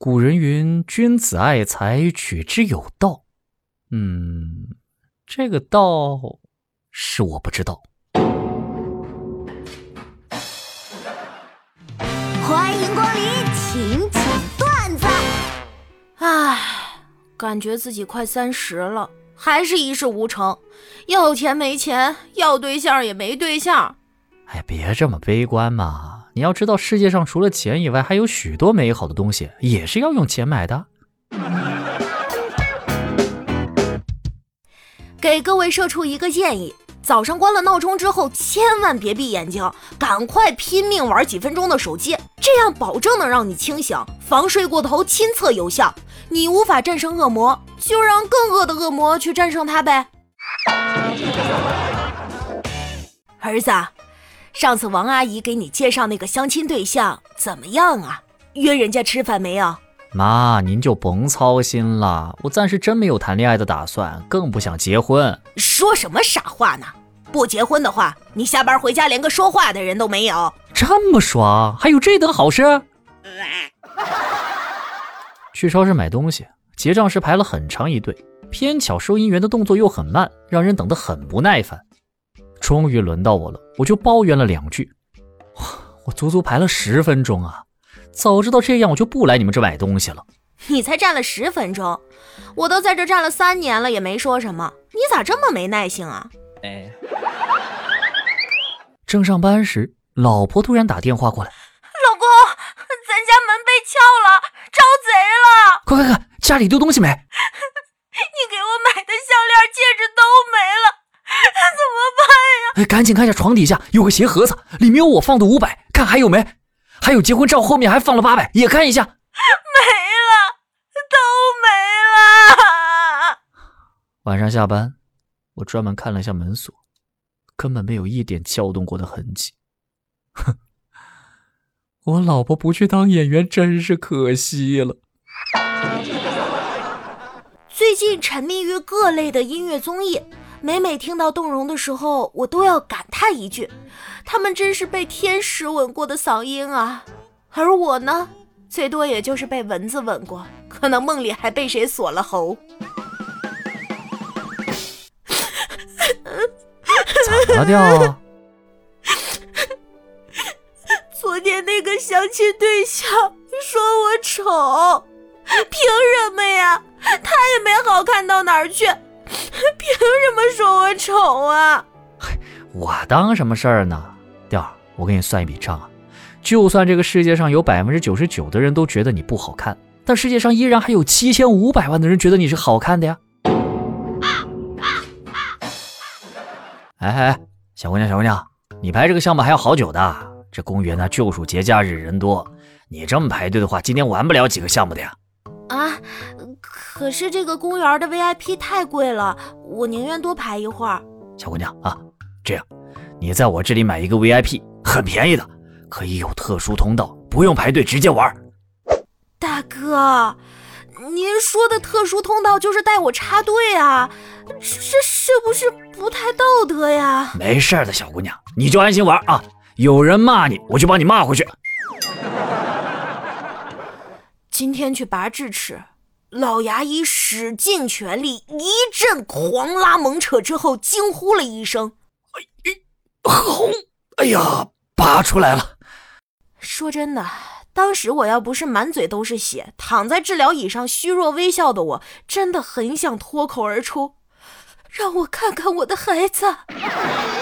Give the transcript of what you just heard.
古人云君子爱财，取之有道。这个道是我不知道。 欢迎光临请讲段子。 感觉自己快30了，还是一事无成，要钱没钱，要对象也没对象。 别这么悲观嘛，你要知道世界上除了钱以外，还有许多美好的东西也是要用钱买的。 给各位社畜一个建议，早上关了闹钟之后千万别闭眼睛，赶快拼命玩几分钟的手机，这样保证能让你清醒，防睡过头亲测有效。你无法战胜恶魔，就让更恶的恶魔去战胜他呗。儿子，上次王阿姨给你介绍那个相亲对象怎么样啊？约人家吃饭没有？ 妈，您就甭操心了，我暂时真没有谈恋爱的打算，更不想结婚。 说什么傻话呢？不结婚的话，你下班回家连个说话的人都没有。 这么爽，还有这等好事？去超市买东西，结账时排了很长一队，偏巧收银员的动作又很慢，让人等得很不耐烦。终于轮到我了，我就抱怨了2句。我足足排了10分钟啊！早知道这样，我就不来你们这买东西了。 你才站了10分钟，我都在这站了3年了，也没说什么，你咋这么没耐性啊？ 正上班时，老婆突然打电话过来：“ 老公，咱家门被撬了，招贼了！ 快，家里丢东西没？ 你给我买的项链、戒指都没了，怎么办呀？” 赶紧看一下床底下有个鞋盒子，里面有我放的500，看还有没？还有结婚照后面还放了800，也看一下。 没了，都没了。 晚上下班，我专门看了一下门锁，根本没有一点撬动过的痕迹。我老婆不去当演员真是可惜了。 最近沉迷于各类的音乐综艺，每听到动容的时候，我都要感叹一句，他们真是被天使吻过的嗓音啊。而我呢，最多也就是被蚊子吻过，可能梦里还被谁锁了喉。 怎么掉？ 昨天那个相亲对象说我丑，凭什么呀？他也没好看到哪儿去，凭什么说我丑啊？ 我当什么事儿呢？调儿，我给你算一笔账啊，就算这个世界上有99%的人都觉得你不好看，但世界上依然还有7500万的人觉得你是好看的呀。小姑娘，你排这个项目还要好久的，这公园呢就属节假日人多，你这么排队的话，今天完不了几个项目的呀。 可是这个公园的 VIP 太贵了，我宁愿多排一会儿。 小姑娘啊，这样你在我这里买一个 VIP， 很便宜的，可以有特殊通道，不用排队直接玩。 大哥，您说的特殊通道就是带我插队啊，这是不是不太道德呀？ 没事的，小姑娘，你就安心玩啊，有人骂你我就帮你骂回去。 今天去拔智齿，老牙医使尽全力，一阵狂拉猛扯之后，惊呼了一声：“ 红！哎呀，拔出来了！” 说真的，当时我要不是满嘴都是血，躺在治疗椅上虚弱微笑的我，真的很想脱口而出：“让我看看我的孩子。”